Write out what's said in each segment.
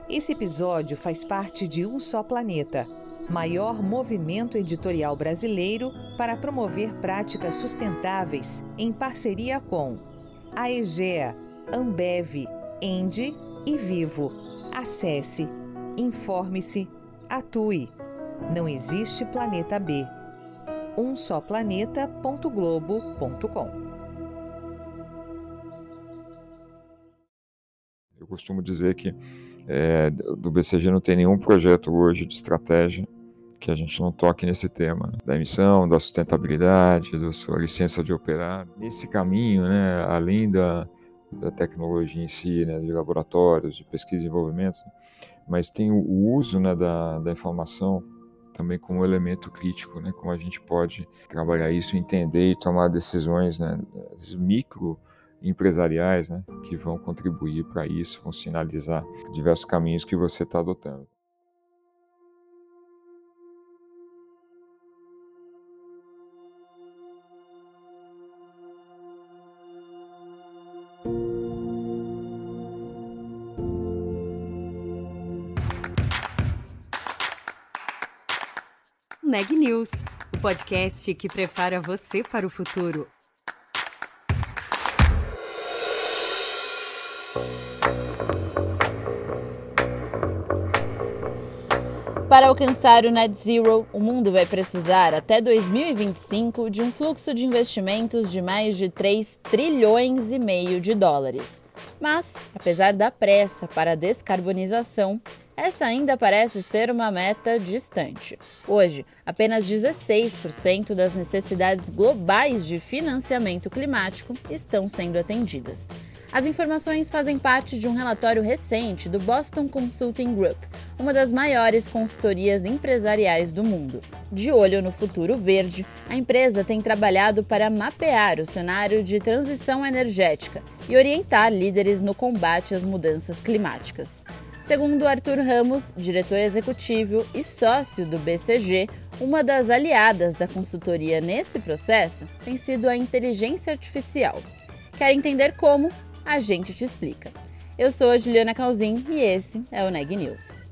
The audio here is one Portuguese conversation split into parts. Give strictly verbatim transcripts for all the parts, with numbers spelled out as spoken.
Esse episódio faz parte de Um Só Planeta, maior movimento editorial brasileiro para promover práticas sustentáveis em parceria com a Egea, Ambev, Endi e Vivo. Acesse, informe-se, atue. Não existe planeta B. um só planeta ponto globo ponto com. Eu costumo dizer que é, do B C G não tem nenhum projeto hoje de estratégia que a gente não toque nesse tema, né? Da emissão, da sustentabilidade, da sua licença de operar. Nesse caminho, né, além da, da tecnologia em si, né, de laboratórios, de pesquisa e desenvolvimento, mas tem o, o uso, né, da, da informação também como elemento crítico, né, como a gente pode trabalhar isso, entender e tomar decisões, né, micro empresariais, né, que vão contribuir para isso, vão sinalizar diversos caminhos que você está adotando. Neg News, o podcast que prepara você para o futuro. Para alcançar o Net Zero, o mundo vai precisar, até dois mil e vinte e cinco, de um fluxo de investimentos de mais de três trilhões e meio de dólares. Mas, apesar da pressa para a descarbonização, essa ainda parece ser uma meta distante. Hoje, apenas dezesseis por cento das necessidades globais de financiamento climático estão sendo atendidas. As informações fazem parte de um relatório recente do Boston Consulting Group, uma das maiores consultorias empresariais do mundo. De olho no futuro verde, a empresa tem trabalhado para mapear o cenário de transição energética e orientar líderes no combate às mudanças climáticas. Segundo Arthur Ramos, diretor executivo e sócio do B C G, uma das aliadas da consultoria nesse processo tem sido a inteligência artificial. Quer entender como? A gente te explica. Eu sou a Juliana Calzin e esse é o Neg News.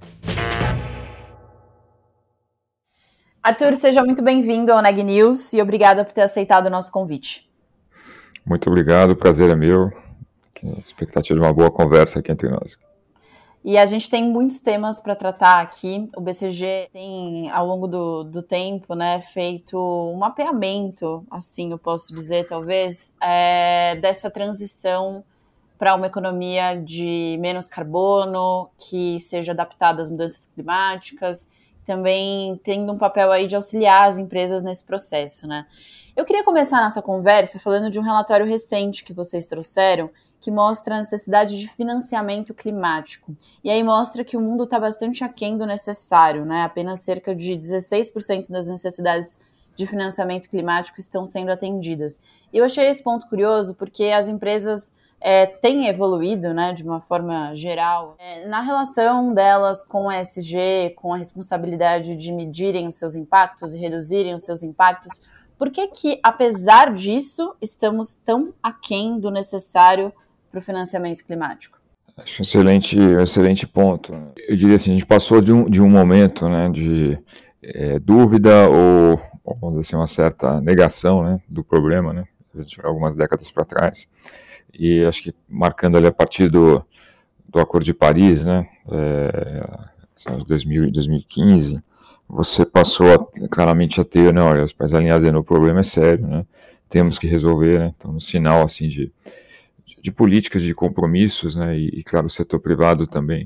Arthur, seja muito bem-vindo ao Neg News e obrigada por ter aceitado o nosso convite. Muito obrigado, o prazer é meu. A expectativa de uma boa conversa aqui entre nós. E a gente tem muitos temas para tratar aqui. O B C G tem, ao longo do, do tempo, né, feito um mapeamento, assim eu posso dizer, talvez, é, dessa transição para uma economia de menos carbono, que seja adaptada às mudanças climáticas, também tendo um papel aí de auxiliar as empresas nesse processo, né? Eu queria começar nossa conversa falando de um relatório recente que vocês trouxeram, que mostra a necessidade de financiamento climático. E aí mostra que o mundo está bastante aquém do necessário, né? Apenas cerca de dezesseis por cento das necessidades de financiamento climático estão sendo atendidas. E eu achei esse ponto curioso porque as empresas É, tem evoluído, né, de uma forma geral, é, na relação delas com o E S G, com a responsabilidade de medirem os seus impactos e reduzirem os seus impactos. Por que que, apesar disso, estamos tão aquém do necessário para o financiamento climático? Acho um excelente, um excelente ponto. Eu diria assim, a gente passou de um, de um momento, né, de é, dúvida ou, ou, vamos dizer assim, uma certa negação, né, do problema, né, algumas décadas para trás. E acho que marcando ali a partir do, do Acordo de Paris, né, é, são dois mil, dois mil e quinze, você passou a, claramente a ter, né, olha, os países alinhados no problema é sério, né, temos que resolver, né, então no sinal, assim, de, de, de políticas, de compromissos, né, e, e claro, o setor privado também,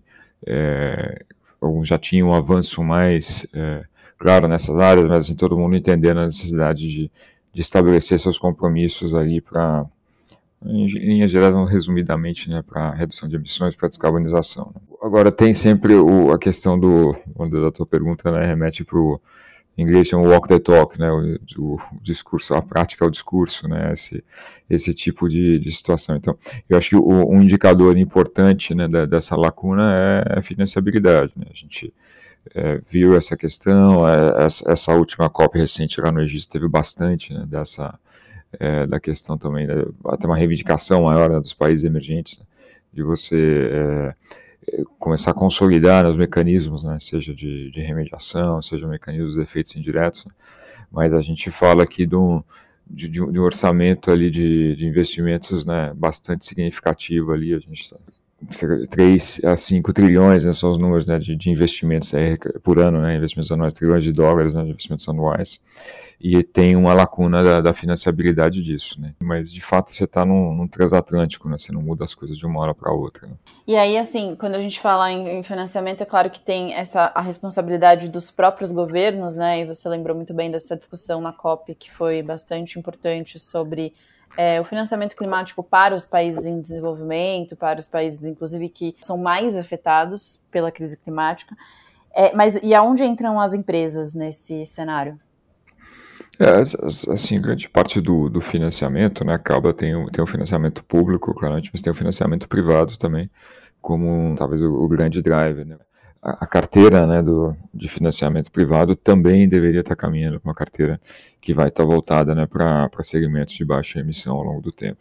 é, já tinha um avanço mais, é, claro, nessas áreas, mas assim, todo mundo entendendo a necessidade de, de estabelecer seus compromissos ali para, em linhas gerais, resumidamente, né, para redução de emissões, para descarbonização. Né. Agora, tem sempre o, a questão do, quando a tua pergunta, né, remete para o inglês, chama walk the talk, né, o, o, o discurso, a prática é o discurso, né, esse, esse tipo de, de situação. Então, eu acho que o, um indicador importante, né, da, dessa lacuna é a financiabilidade, né. A gente é, viu essa questão, é, essa, essa última COP recente lá no Egito teve bastante, né, dessa... É, da questão também, né, até uma reivindicação maior, né, dos países emergentes, né, de você é, começar a consolidar, né, os mecanismos, né, seja de, de remediação, seja mecanismos de efeitos indiretos, né, mas a gente fala aqui de um, de, de um orçamento ali de, de investimentos, né, bastante significativo ali, a gente está três a cinco trilhões, né, são os números, né, de, de investimentos aí, por ano, né, investimentos anuais, trilhões de dólares, né, de investimentos anuais, e tem uma lacuna da, da financiabilidade disso, né, mas de fato você está num, num transatlântico, né, você não muda as coisas de uma hora para outra. Né. E aí, assim, quando a gente fala em, em financiamento, é claro que tem essa, a responsabilidade dos próprios governos, né, e você lembrou muito bem dessa discussão na COP, que foi bastante importante sobre É, o financiamento climático para os países em desenvolvimento, para os países, inclusive, que são mais afetados pela crise climática. É, mas e aonde entram as empresas nesse cenário? É, assim, grande parte do, do financiamento, né, acaba, tem um, tem um financiamento público, claramente, mas tem um financiamento privado também, como talvez o, o grande driver, né. A, a carteira, né, do, de financiamento privado também deveria estar caminhando para uma carteira que vai estar voltada, né, para segmentos de baixa emissão ao longo do tempo.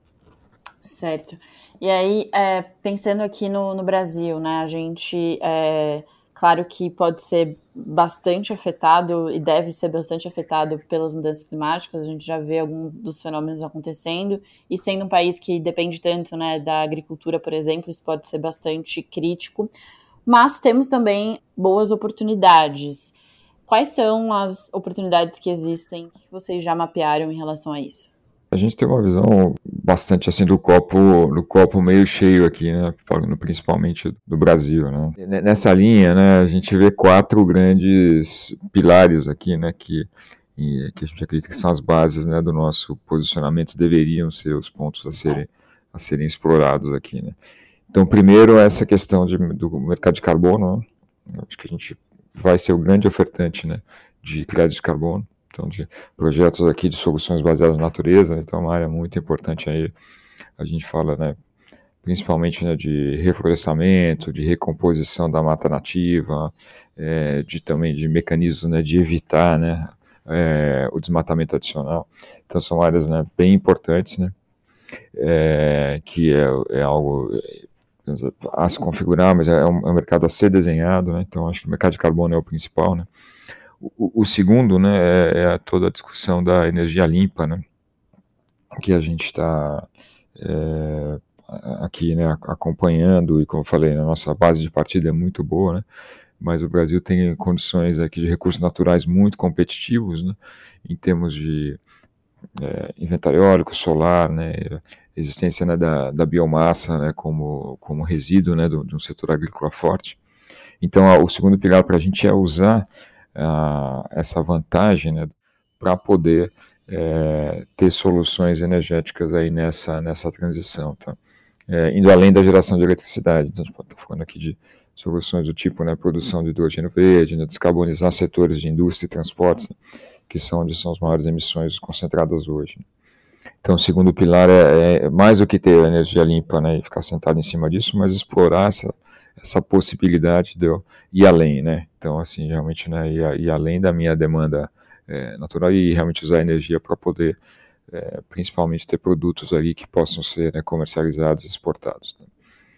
Certo. E aí, é, pensando aqui no, no Brasil, né, a gente, é, claro que pode ser bastante afetado e deve ser bastante afetado pelas mudanças climáticas, a gente já vê alguns dos fenômenos acontecendo, e sendo um país que depende tanto, né, da agricultura, por exemplo, isso pode ser bastante crítico. Mas temos também boas oportunidades. Quais são as oportunidades que existem, que vocês já mapearam em relação a isso? A gente tem uma visão bastante assim do copo, do copo meio cheio aqui, né? Falando principalmente do Brasil, né? Nessa linha, né, a gente vê quatro grandes pilares aqui, né, que, que a gente acredita que são as bases, né, do nosso posicionamento, deveriam ser os pontos a serem, a serem explorados aqui, né? Então, primeiro, essa questão de, do mercado de carbono, né? Acho que a gente vai ser o grande ofertante, né, de crédito de carbono, então de projetos aqui de soluções baseadas na natureza, né? Então é uma área muito importante aí, a gente fala, né, principalmente, né, de reflorestamento, de recomposição da mata nativa, é, de também de mecanismos, né, de evitar, né, é, o desmatamento adicional. Então são áreas, né, bem importantes, né, é, que é, é algo a se configurar, mas é um, é um mercado a ser desenhado, né? Então acho que o mercado de carbono é o principal, né? O, o segundo, né, é, é toda a discussão da energia limpa, né, que a gente está é, aqui, né, acompanhando, e como eu falei, a nossa base de partida é muito boa, né, mas o Brasil tem condições aqui de recursos naturais muito competitivos, né, em termos de é, inventário eólico, solar, né, existência, né, da, da biomassa, né, como, como resíduo, né, do, de um setor agrícola forte. Então, ó, o segundo pilar para a gente é usar uh, essa vantagem, né, para poder é, ter soluções energéticas aí nessa, nessa transição, tá? É, indo além da geração de eletricidade. Então, a gente pode estar falando aqui de soluções do tipo, né, produção de hidrogênio verde, né, descarbonizar setores de indústria e transportes, né, que são onde são as maiores emissões concentradas hoje, né. Então, o segundo pilar é, é mais do que ter energia limpa, né, e ficar sentado em cima disso, mas explorar essa, essa possibilidade de eu ir além, né. Então, assim, realmente, né, ir, ir além da minha demanda é, natural e realmente usar a energia para poder, é, principalmente, ter produtos ali que possam ser, né, comercializados e exportados, né.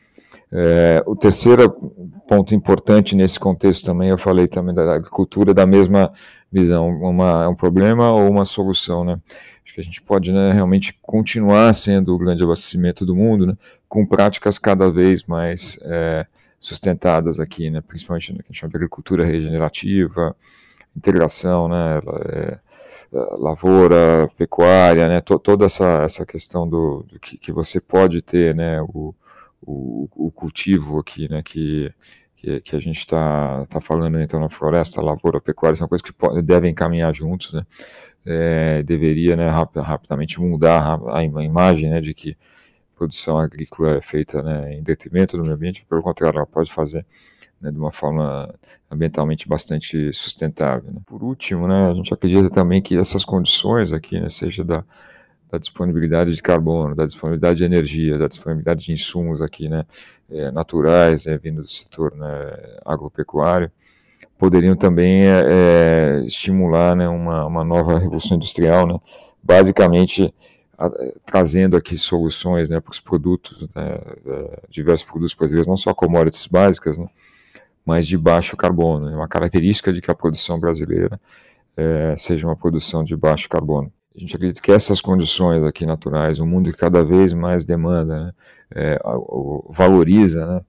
É, o terceiro ponto importante nesse contexto também, eu falei também da agricultura, da mesma visão, uma, um problema ou uma solução, né? Acho que a gente pode, né, realmente continuar sendo o grande abastecimento do mundo, né, com práticas cada vez mais é, sustentadas aqui, né, principalmente no que a gente chama de agricultura regenerativa, integração, né, é, lavoura, pecuária, né, to, toda essa, essa questão do, do que, que você pode ter, né, o O, o cultivo aqui, né, que, que, que a gente está tá falando, então, na floresta, lavoura, pecuária, são coisas que podem, devem caminhar juntos, né, é, deveria, né, rap, rapidamente mudar a, a imagem, né, de que a produção agrícola é feita, né, em detrimento do meio ambiente, pelo contrário, ela pode fazer, né, de uma forma ambientalmente bastante sustentável, né. Por último, né, a gente acredita também que essas condições aqui, né, seja da da disponibilidade de carbono, da disponibilidade de energia, da disponibilidade de insumos aqui, né, é, naturais, é, vindo do setor, né, agropecuário, poderiam também é, estimular, né, uma, uma nova revolução industrial, né, basicamente a, trazendo aqui soluções, né, para os produtos, né, diversos produtos brasileiros, não só commodities básicas, né, mas de baixo carbono. É uma característica de que a produção brasileira é, seja uma produção de baixo carbono. A gente acredita que essas condições aqui naturais, um mundo que cada vez mais demanda, né, é, valoriza, né,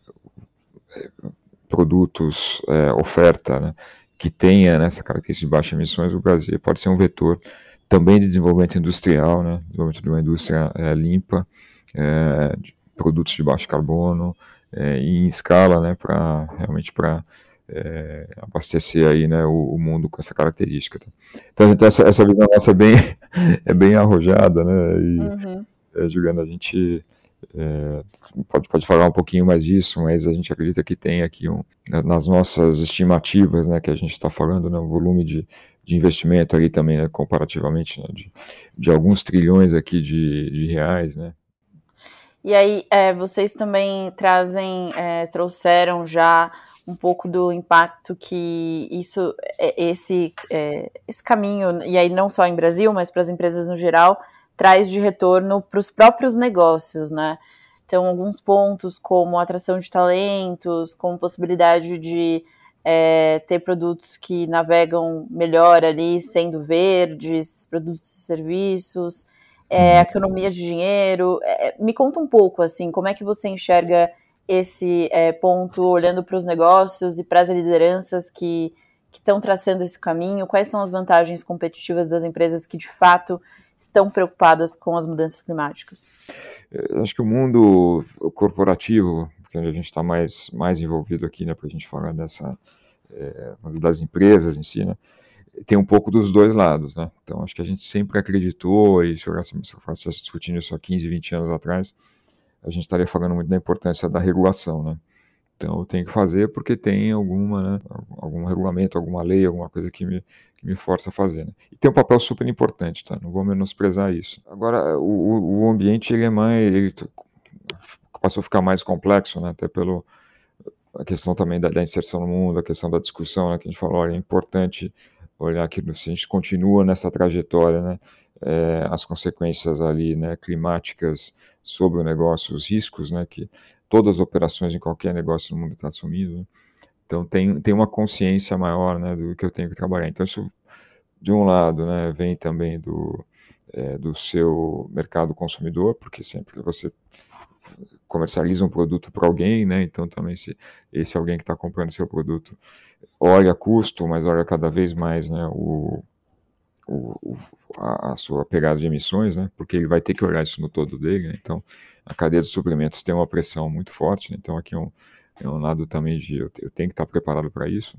produtos, é, oferta, né, que tenha essa característica de baixas emissões, o Brasil pode ser um vetor também de desenvolvimento industrial, né, desenvolvimento de uma indústria é, limpa, é, de produtos de baixo carbono, é, em escala, né, para realmente para é, abastecer aí, né, o, o mundo com essa característica. Tá? Então, então essa, essa visão nossa é bem, é bem arrojada, né, e, uhum. é, Juliana, a gente é, pode, pode falar um pouquinho mais disso, mas a gente acredita que tem aqui, um, nas nossas estimativas, né, que a gente está falando, né, um volume de, de investimento ali também, né, comparativamente, né, de, de alguns trilhões aqui de, de reais, né. E aí, é, vocês também trazem, é, trouxeram já um pouco do impacto que isso, esse, é, esse caminho, e aí não só em Brasil, mas para as empresas no geral, traz de retorno para os próprios negócios, né? Então, alguns pontos como atração de talentos, como possibilidade de é, ter produtos que navegam melhor ali, sendo verdes, produtos e serviços, é, economia de dinheiro. É, me conta um pouco, assim, como é que você enxerga esse é, ponto, olhando para os negócios e para as lideranças que estão traçando esse caminho? Quais são as vantagens competitivas das empresas que, de fato, estão preocupadas com as mudanças climáticas? Eu acho que o mundo corporativo, que a gente está mais, mais envolvido aqui, né, para a gente falar dessa, é, das empresas em si, né, tem um pouco dos dois lados, né? Então, acho que a gente sempre acreditou, e se eu estivesse discutindo isso há quinze, vinte anos atrás, a gente estaria falando muito da importância da regulação, né? Então, eu tenho que fazer porque tem alguma, né, algum regulamento, alguma lei, alguma coisa que me, que me força a fazer, né? E tem um papel super importante, tá? Não vou menosprezar isso. Agora, o, o ambiente, ele é mais, ele passou a ficar mais complexo, né? Até pelo a questão também da, da inserção no mundo, a questão da discussão, né, que a gente falou, olha, é importante olhar que se a gente continua nessa trajetória, né, é, as consequências ali, né, climáticas sobre o negócio, os riscos, né, que todas as operações em qualquer negócio no mundo estão assumindo, né? Então tem, tem uma consciência maior, né, do que eu tenho que trabalhar. Então isso, de um lado, né, vem também do, é, do seu mercado consumidor, porque sempre que você comercializa um produto para alguém, né? Então também se esse alguém que está comprando seu produto olha custo, mas olha cada vez mais, né, o, o, a, a sua pegada de emissões, né? Porque ele vai ter que olhar isso no todo dele, né? Então a cadeia de suprimentos tem uma pressão muito forte, né? Então aqui é um, é um lado também de eu, eu tenho que estar preparado para isso.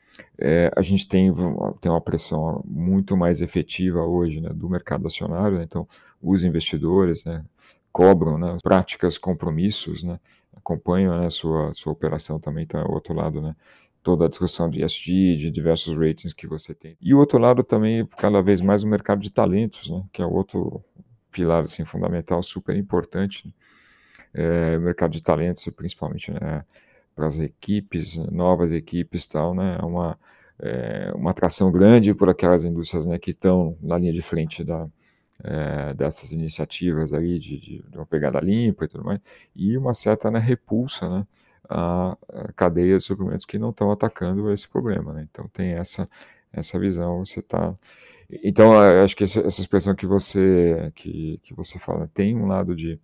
É, a gente tem, tem uma pressão muito mais efetiva hoje, né, do mercado acionário, né? Então os investidores, né, cobram, né, práticas, compromissos, né, acompanham, né, sua, sua operação também, então é o outro lado, né, toda a discussão de E S G, de diversos ratings que você tem. E o outro lado também, cada vez mais, o mercado de talentos, né, que é outro pilar, assim, fundamental, super importante, né? É, o mercado de talentos, principalmente, né, para as equipes, novas equipes e tal, né, é uma, é, uma atração grande por aquelas indústrias, né, que estão na linha de frente da, é, dessas iniciativas aí de, de, de uma pegada limpa e tudo mais, e uma certa, né, repulsa, né, a, a cadeia de suprimentos que não estão atacando esse problema, né? Então tem essa, essa visão, você está... Então, eu acho que essa, essa expressão que você, que, que você fala, tem um lado de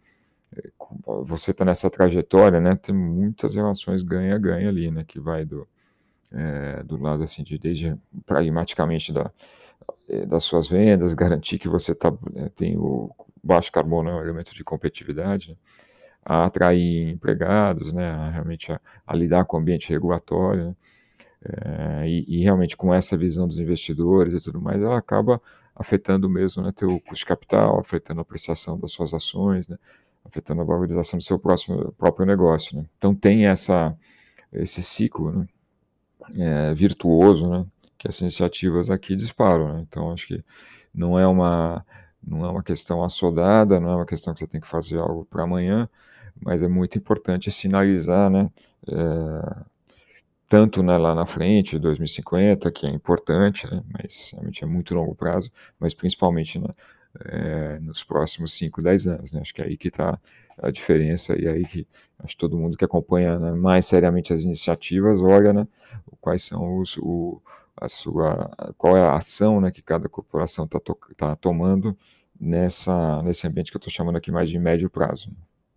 você está nessa trajetória, né, tem muitas relações ganha-ganha ali, né, que vai do, é, do lado, assim, de desde pragmaticamente da, das suas vendas, garantir que você tá, tem o baixo carbono, é um elemento de competitividade, né, a atrair empregados, né, a, realmente a, a lidar com o ambiente regulatório, né, é, e, e realmente com essa visão dos investidores e tudo mais, ela acaba afetando mesmo, né, teu custo de capital, afetando a apreciação das suas ações, né, afetando a valorização do seu próximo, próprio negócio, né? Então tem essa, esse ciclo, né, é, virtuoso, né, que essas iniciativas aqui disparam, né? Então acho que não é uma, não é uma questão assodada, não é uma questão que você tem que fazer algo para amanhã, mas é muito importante sinalizar, né, é, tanto, né, lá na frente, dois mil e cinquenta, que é importante, né, mas realmente é muito longo prazo, mas principalmente, né, é, nos próximos cinco, dez anos. Né? Acho que é aí que está a diferença, e aí que acho que todo mundo que acompanha, né, mais seriamente as iniciativas olha, né, quais são os, o, a sua, qual é a ação, né, que cada corporação está to, tá tomando nessa, nesse ambiente que eu estou chamando aqui mais de médio prazo.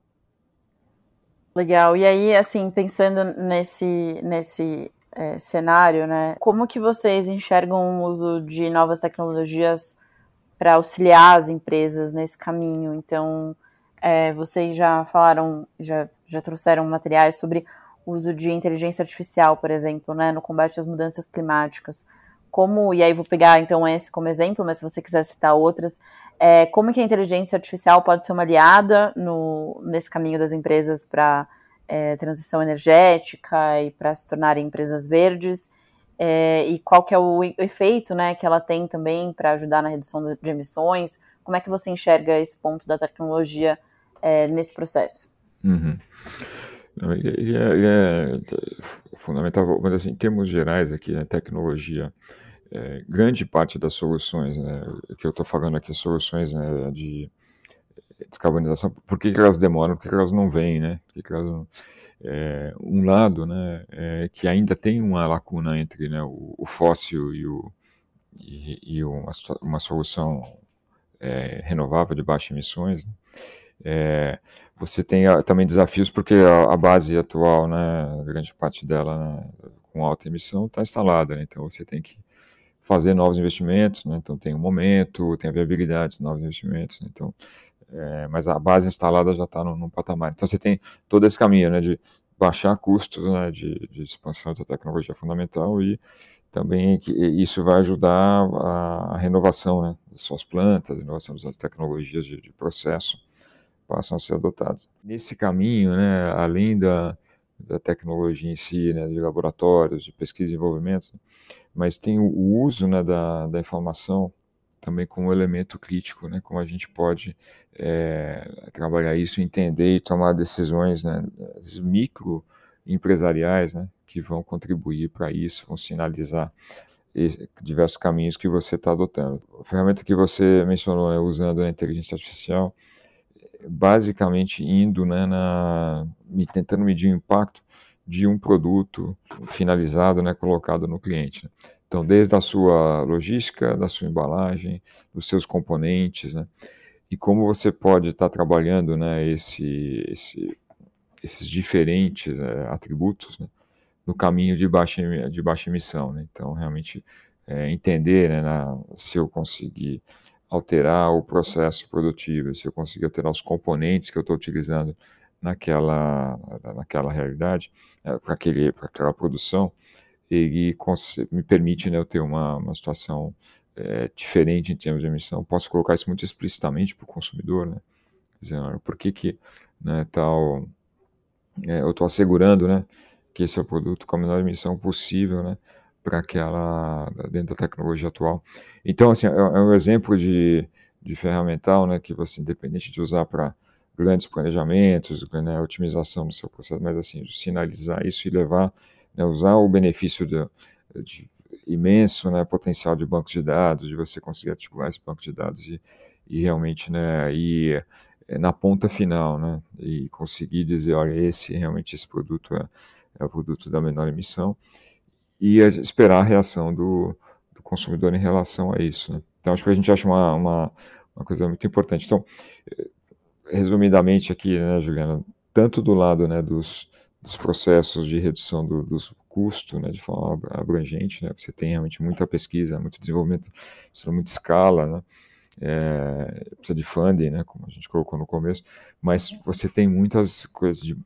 Legal. E aí, assim, pensando nesse, nesse é, cenário, né, como que vocês enxergam o uso de novas tecnologias para auxiliar as empresas nesse caminho? Então, é, vocês já falaram, já, já trouxeram materiais sobre o uso de inteligência artificial, por exemplo, né, no combate às mudanças climáticas. Como, e aí vou pegar então esse como exemplo, mas se você quiser citar outras, é, como que a inteligência artificial pode ser uma aliada no, nesse caminho das empresas para é, transição energética e para se tornarem empresas verdes, é, e qual que é o efeito, né, que ela tem também para ajudar na redução de emissões? Como é que você enxerga esse ponto da tecnologia é, nesse processo? Uhum. Ele é, ele é fundamental, mas assim, em termos gerais aqui, né, tecnologia, é, grande parte das soluções, né, que eu estou falando aqui, soluções, né, de descarbonização, por que, que elas demoram, por que, que elas não vêm, né? Por que que elas não... É, um lado, né, é que ainda tem uma lacuna entre, né, o, o fóssil e, o, e, e uma, uma solução é, renovável de baixas emissões, né? É, você tem a, também desafios porque a, a base atual, né, grande parte dela, né, com alta emissão está instalada, né? Então você tem que fazer novos investimentos, né? Então tem o momento, tem a viabilidade de novos investimentos, né? Então, é, mas a base instalada já está num patamar. Então você tem todo esse caminho, né, de baixar custos, né, de, de expansão da tecnologia fundamental, e também que isso vai ajudar a, a renovação, né, das suas plantas, a renovação das tecnologias de, de processo passam a ser adotadas. Nesse caminho, né, além da, da tecnologia em si, né, de laboratórios, de pesquisa e desenvolvimento, mas tem o, o uso, né, da, da informação também como elemento crítico, né, como a gente pode é, trabalhar isso, entender e tomar decisões, né, microempresariais, né, que vão contribuir para isso, vão sinalizar diversos caminhos que você está adotando. A ferramenta que você mencionou, né, usando a inteligência artificial, basicamente indo, né, na, tentando medir o impacto de um produto finalizado, né, colocado no cliente, né? Então, desde a sua logística, da sua embalagem, dos seus componentes, né, e como você pode estar trabalhando, né, esse, esse, esses diferentes é, atributos, né, no caminho de baixa, de baixa emissão, né? Então, realmente, é, entender, né, na, se eu conseguir alterar o processo produtivo, se eu conseguir alterar os componentes que eu estou utilizando naquela, naquela realidade, é, para aquela produção, ele me permite, né, eu ter uma, uma situação é, diferente em termos de emissão. Posso colocar isso muito explicitamente para o consumidor, né? Dizendo, por que que, né, tal, é, eu estou assegurando, né, que esse é o produto com a menor emissão possível, né, para aquela, dentro da tecnologia atual. Então, assim, é, é um exemplo de, de ferramental, né, que você, independente de usar para grandes planejamentos, né, otimização do seu processo, mas assim, sinalizar isso e levar, né, usar o benefício de, de imenso, né, potencial de bancos de dados, de você conseguir articular esse banco de dados e, e realmente, né, ir na ponta final, né, e conseguir dizer, olha, esse realmente esse produto é, é o produto da menor emissão, e esperar a reação do, do consumidor em relação a isso, né? Então, acho que a gente acha uma, uma, uma coisa muito importante. Então, resumidamente aqui, né, Juliana, tanto do lado, né, dos, dos processos de redução do, dos custos, né, de forma abrangente, né, você tem realmente muita pesquisa, muito desenvolvimento, muita escala, né, é, precisa de funding, né, como a gente colocou no começo, mas você tem muitas coisas de,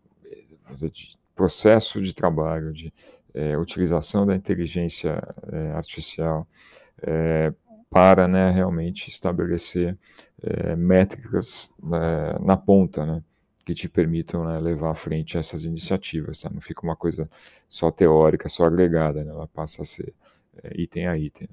de processo de trabalho, de é, utilização da inteligência é, artificial é, para, né, realmente estabelecer é, métricas né, na ponta, né, que te permitam, né, levar à frente essas iniciativas, tá? Não fica uma coisa só teórica, só agregada, né? Ela passa a ser é, item a item.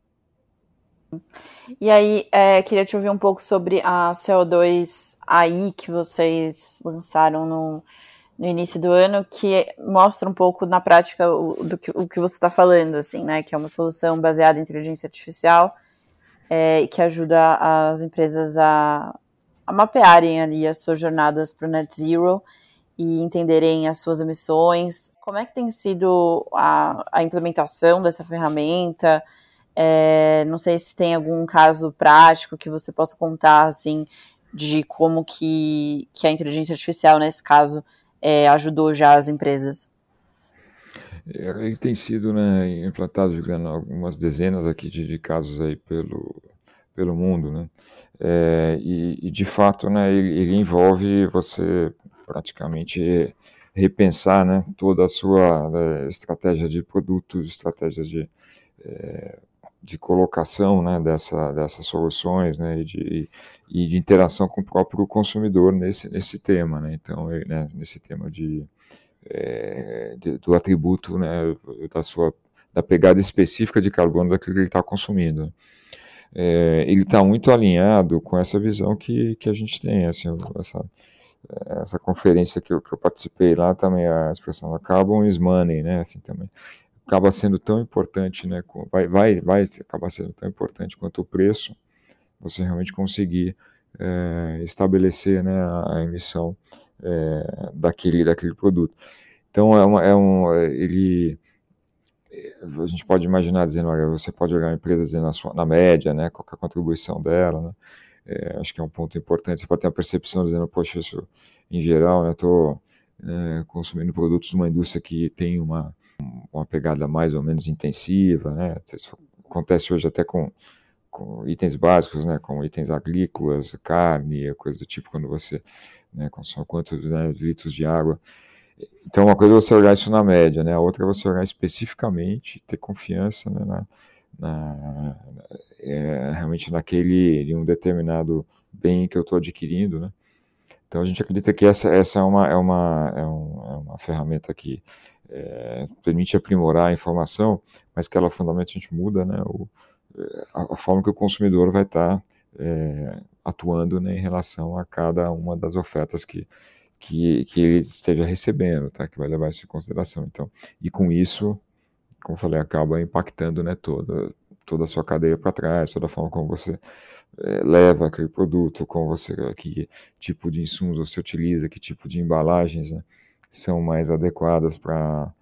E aí, é, queria te ouvir um pouco sobre a C O dois A I que vocês lançaram no, no início do ano, que mostra um pouco na prática o, do que, o que você está falando, assim, né? Que é uma solução baseada em inteligência artificial, é, que ajuda as empresas a, a mapearem ali as suas jornadas para o Net Zero e entenderem as suas emissões. Como é que tem sido a, a implementação dessa ferramenta? É, não sei se tem algum caso prático que você possa contar, assim, de como que, que a inteligência artificial, nesse caso, é, ajudou já as empresas. Ele tem sido, né, implantado, jogando algumas dezenas aqui de, de casos aí pelo, pelo mundo, né, é, e, e de fato, né, ele, ele envolve você praticamente repensar, né, toda a sua né, estratégia de produtos, estratégia de, é, de colocação, né, dessa, dessas soluções, né, e de, e de interação com o próprio consumidor nesse, nesse tema, né, então, né, nesse tema de É, de, do atributo, né, da sua da pegada específica de carbono daquilo que ele está consumindo. É, ele está muito alinhado com essa visão que, que a gente tem, assim, essa, essa conferência que eu, que eu participei lá também, a expressão carbon is money, né, assim, também acaba sendo tão importante, né, vai, vai, vai acabar sendo tão importante quanto o preço, você realmente conseguir é, estabelecer, né, a, a emissão É, daquele, daquele produto. Então, é, uma, é um, ele, a gente pode imaginar dizendo, olha, você pode olhar a empresa dizendo na, sua, na média, né, qual é a contribuição dela, né, é, acho que é um ponto importante. Você pode ter a percepção dizendo, poxa, isso, em geral, né, estou é, consumindo produtos de uma indústria que tem uma, uma pegada mais ou menos intensiva, né, isso acontece hoje até com com itens básicos, né, como itens agrícolas, carne, coisa do tipo, quando você né, consome quantos né, litros de água. Então, uma coisa é você olhar isso na média, né, a outra é você olhar especificamente, ter confiança né, na, na, é, realmente naquele, em um determinado bem que eu estou adquirindo, né. Então, a gente acredita que essa, essa é, uma, é, uma, é, um, é uma ferramenta que é, permite aprimorar a informação, mas que ela fundamentalmente muda né, o, a, a forma que o consumidor vai estar tá, é, atuando né, em relação a cada uma das ofertas que, que, que ele esteja recebendo, tá, que vai levar isso em consideração. Então, e com isso, como eu falei, acaba impactando né, toda, toda a sua cadeia para trás, toda a forma como você é, leva aquele produto, como você, que tipo de insumos você utiliza, que tipo de embalagens né, são mais adequadas para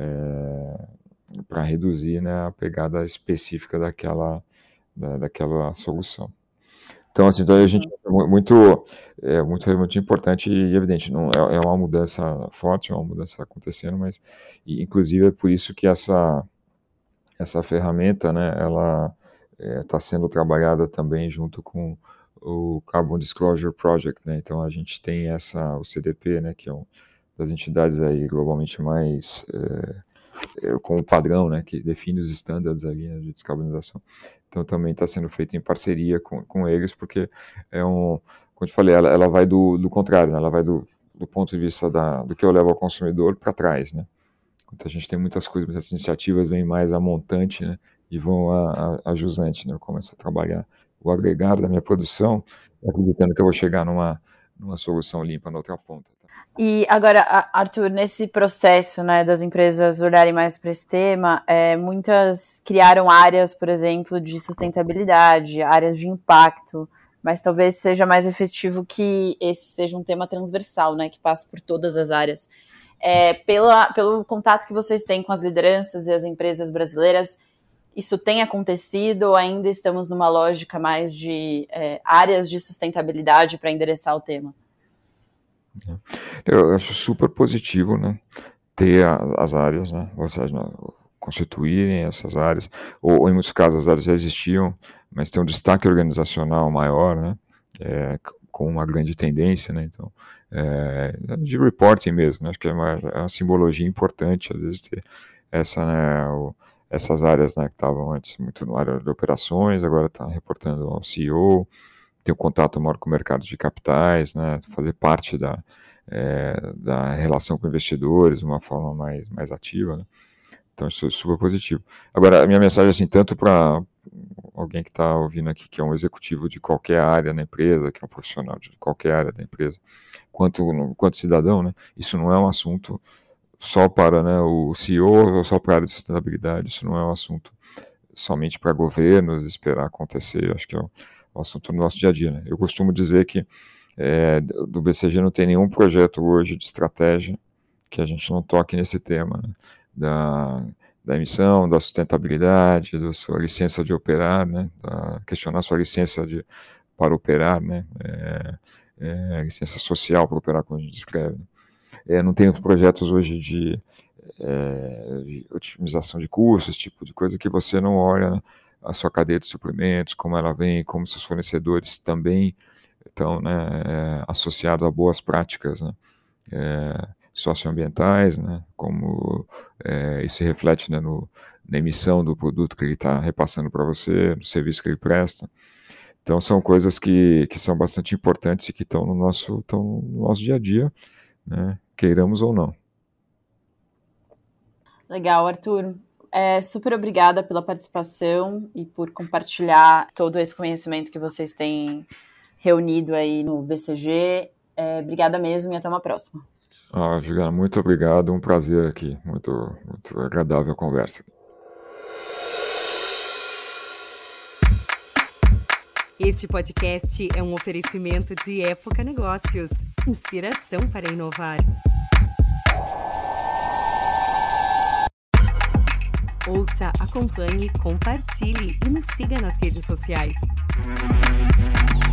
é, para reduzir né, a pegada específica daquela, da, daquela solução. Então, assim, então a gente é muito, é muito, muito importante e evidente, não é, é uma mudança forte, é uma mudança acontecendo, mas e, inclusive é por isso que essa, essa ferramenta, né, ela está é, sendo trabalhada também junto com o Carbon Disclosure Project, né, então a gente tem essa, o C D P, né, que é uma das entidades aí globalmente mais... É, com o padrão, né, que define os estándares ali né, de descarbonização. Então também está sendo feito em parceria com, com eles, porque é um, como eu falei, ela, ela vai do, do contrário, né, ela vai do, do ponto de vista da, do que eu levo ao consumidor para trás, né. Então a gente tem muitas coisas, muitas iniciativas vêm mais a montante, né, e vão a, a, a jusante, né, eu começo a trabalhar o agregado da minha produção, acreditando que eu vou chegar numa, numa solução limpa na outra ponta. E agora, Arthur, nesse processo né, das empresas olharem mais para esse tema, é, muitas criaram áreas, por exemplo, de sustentabilidade, áreas de impacto, mas talvez seja mais efetivo que esse seja um tema transversal, né, que passe por todas as áreas. É, pela, pelo contato que vocês têm com as lideranças e as empresas brasileiras, isso tem acontecido ou ainda estamos numa lógica mais de é, áreas de sustentabilidade para endereçar o tema? Eu acho super positivo, né, ter a, as áreas, né, ou seja, constituírem essas áreas, ou, ou em muitos casos as áreas já existiam, mas tem um destaque organizacional maior, né, é, com uma grande tendência, né, então, é, de reporting mesmo, né, acho que é uma, é uma simbologia importante, às vezes, ter essa, né, o, essas áreas, né, que estavam antes muito na área de operações, agora está reportando ao C E O, ter um contato maior com o mercado de capitais, né, fazer parte da, é, da relação com investidores de uma forma mais, mais ativa, né? Então isso é super positivo. Agora, a minha mensagem, assim, tanto para alguém que está ouvindo aqui, que é um executivo de qualquer área na empresa, que é um profissional de qualquer área da empresa, quanto, quanto cidadão, né, isso não é um assunto só para né, o C E O ou só para a área de sustentabilidade, isso não é um assunto somente para governos, esperar acontecer, acho que é o, o assunto do nosso dia a dia, né? Eu costumo dizer que é, do B C G não tem nenhum projeto hoje de estratégia que a gente não toque nesse tema, né? da, da emissão, da sustentabilidade, da sua licença de operar, né? Da, questionar sua licença de, para operar, né? É, é, licença social para operar, como a gente descreve. É, não tem projetos hoje de, é, de otimização de custos, esse tipo de coisa que você não olha a sua cadeia de suprimentos, como ela vem, como seus fornecedores também estão, né, é, associados a boas práticas, né, é, socioambientais, né, como é, isso se reflete, né, no, na emissão do produto que ele está repassando para você, no serviço que ele presta. Então são coisas que, que são bastante importantes e que estão no nosso, estão no nosso dia a dia, né, queiramos ou não. Legal, Arthur. É, super obrigada pela participação e por compartilhar todo esse conhecimento que vocês têm reunido aí no B C G. É, obrigada mesmo e até uma próxima. Ah, Juliana, muito obrigado, um prazer aqui, muito, muito agradável a conversa. Este podcast é um oferecimento de Época Negócios. Inspiração para inovar. Ouça, acompanhe, compartilhe e nos siga nas redes sociais.